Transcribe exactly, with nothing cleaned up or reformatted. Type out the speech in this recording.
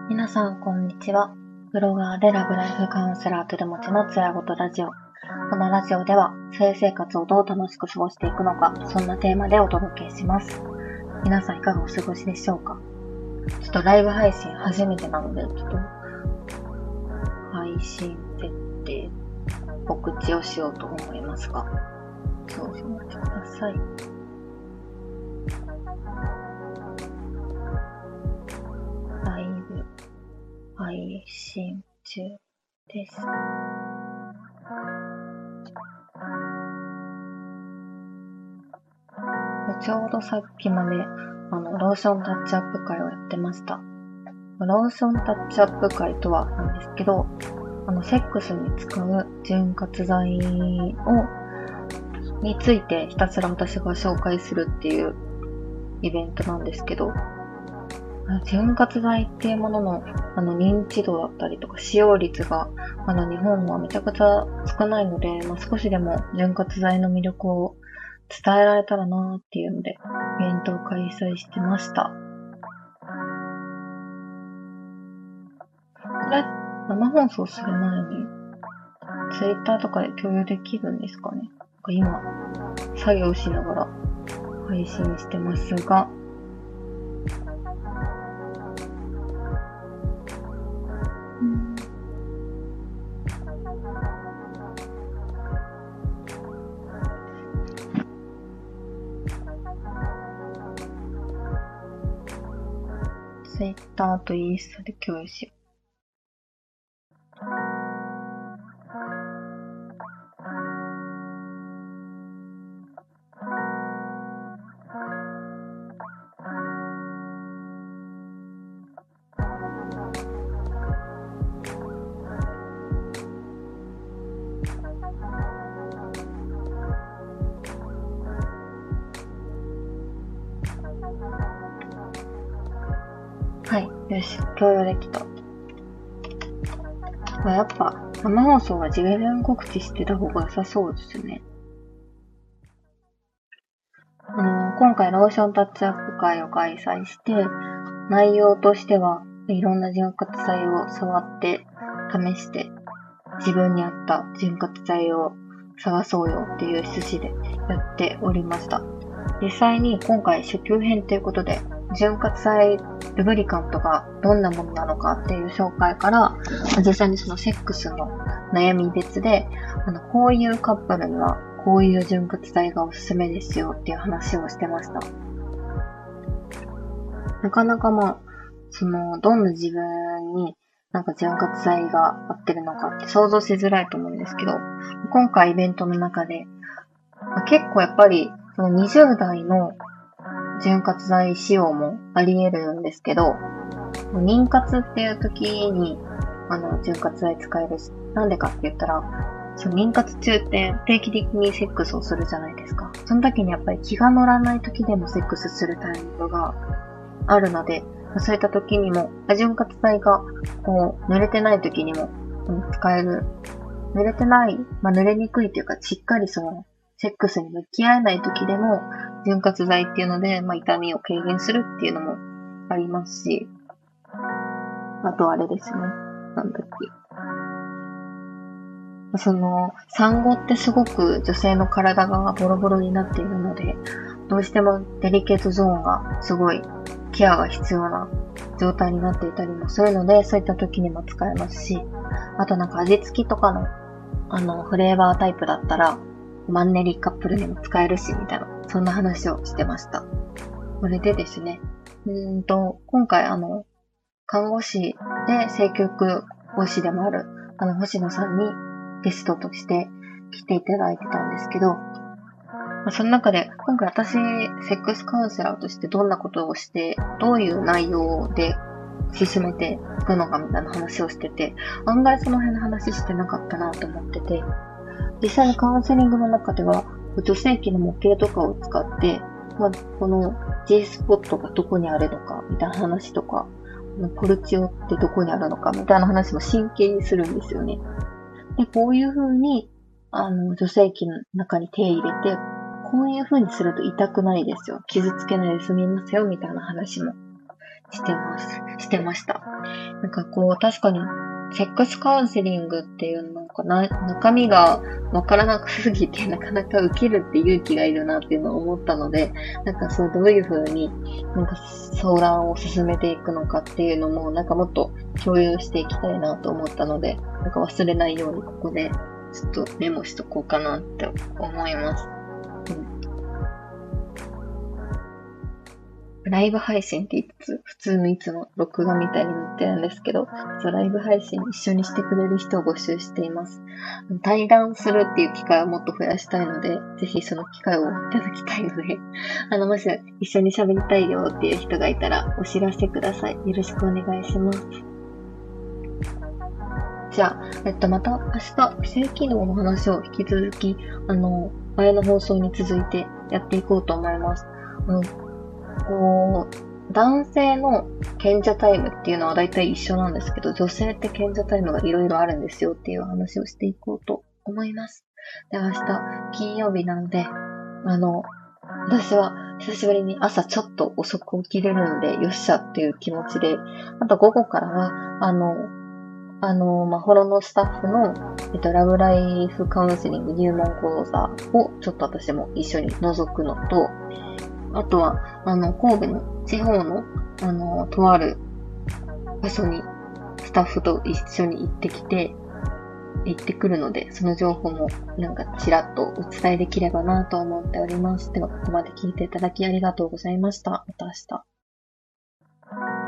皆さんこんにちは。ブロガーでラブライフカウンセラーとでもちのつらごとラジオ。このラジオでは性生活をどう楽しく過ごしていくのか、そんなテーマでお届けします。皆さんいかがお過ごしでしょうか。ちょっとライブ配信初めてなので、ちょっと配信設定告知をしようと思いますが、少々お待ちください。ライブ配信中です。ちょうどさっきまであのローションタッチアップ会をやってました。ローションタッチアップ会とはなんですけど、あのセックスに使う潤滑剤をについてひたすら私が紹介するっていうイベントなんですけど、潤滑剤っていうもののあの認知度だったりとか使用率がまだ日本はめちゃくちゃ少ないので、まあ、少しでも潤滑剤の魅力を伝えられたらなーっていうのでイベントを開催してました。これ生放送する前にツイッターとかで共有できるんですかね。今作業しながら配信してますが、ツイッターとインスタで共有しよう。はい、よし、共有できた。まあ、やっぱ生放送は事前告知してた方が良さそうですね。あの今回ローションタッチアップ会を開催して、内容としてはいろんな潤滑剤を触って試して自分に合った潤滑剤を探そうよっていう趣旨でやっておりました。実際に今回初級編ということで、潤滑剤ルブリカントがどんなものなのかっていう紹介から、実際にそのセックスの悩み別で、あのこういうカップルにはこういう潤滑剤がおすすめですよっていう話をしてました。なかなかまあ、そのどんな自分になんか潤滑剤が合ってるのかって想像しづらいと思うんですけど、今回イベントの中で、結構やっぱりそのにじゅう代の潤滑剤使用もあり得るんですけど、妊活っていう時にあの潤滑剤使えるし、なんでかって言ったら、その妊活中って定期的にセックスをするじゃないですか。その時にやっぱり気が乗らない時でもセックスするタイミングがあるので、そういった時にも潤滑剤がこう濡れてない時にも使える。濡れてない、まあ、濡れにくいというか、しっかりそのセックスに向き合えない時でも潤滑剤っていうので、まあ、痛みを軽減するっていうのもありますし、あとあれですね、なんだっけ、その産後ってすごく女性の体がボロボロになっているので、どうしてもデリケートゾーンがすごいケアが必要な状態になっていたりもするので、そういった時にも使えますし、あとなんか味付きとかのあのフレーバータイプだったらマンネリカップルにも使えるしみたいな、そんな話をしてました。これでですね、うーんと今回あの看護師で性教育講師でもあるあの星野さんにゲストとして来ていただいてたんですけど、その中で今回私セックスカウンセラーとしてどんなことをしてどういう内容で進めていくのかみたいな話をしてて、案外その辺の話してなかったなと思ってて、実際にカウンセリングの中では女性器の模型とかを使って、まあ、この G スポットがどこにあるのかみたいな話とか、ポルチオってどこにあるのかみたいな話も真剣にするんですよね。で、こういう風にあの女性器の中に手入れて、こういう風にすると痛くないですよ、傷つけないで済みますよみたいな話もしてます。してました。なんかこう、確かに、セックスカウンセリングっていうなんかな、中身がわからなくすぎてなかなか受けるって勇気がいるなっていうのを思ったので、なんかそうどういう風になんか相談を進めていくのかっていうのもなんかもっと共有していきたいなと思ったので、なんか忘れないようにここでちょっとメモしとこうかなって思います。うんライブ配信って言いつつ、普通のいつも録画みたいになってるんですけど、そうライブ配信一緒にしてくれる人を募集しています。対談するっていう機会をもっと増やしたいので、ぜひその機会をいただきたいので、あの、もし一緒に喋りたいよっていう人がいたらお知らせください。よろしくお願いします。じゃあ、えっと、また明日、性機能の話を引き続き、あの、前の放送に続いてやっていこうと思います。あのこう、男性の賢者タイムっていうのは大体一緒なんですけど、女性って賢者タイムがいろいろあるんですよっていう話をしていこうと思います。で、明日、金曜日なので、あの、私は久しぶりに朝ちょっと遅く起きれるので、よっしゃっていう気持ちで、あと午後からは、あの、あの、まほろのスタッフの、えっと、ラブライフカウンセリング入門講座をちょっと私も一緒に覗くのと、あとは、あの、神戸の地方の、あの、とある場所にスタッフと一緒に行ってきて、行ってくるので、その情報もなんかちらっとお伝えできればなと思っております。では、ここまで聞いていただきありがとうございました。また明日。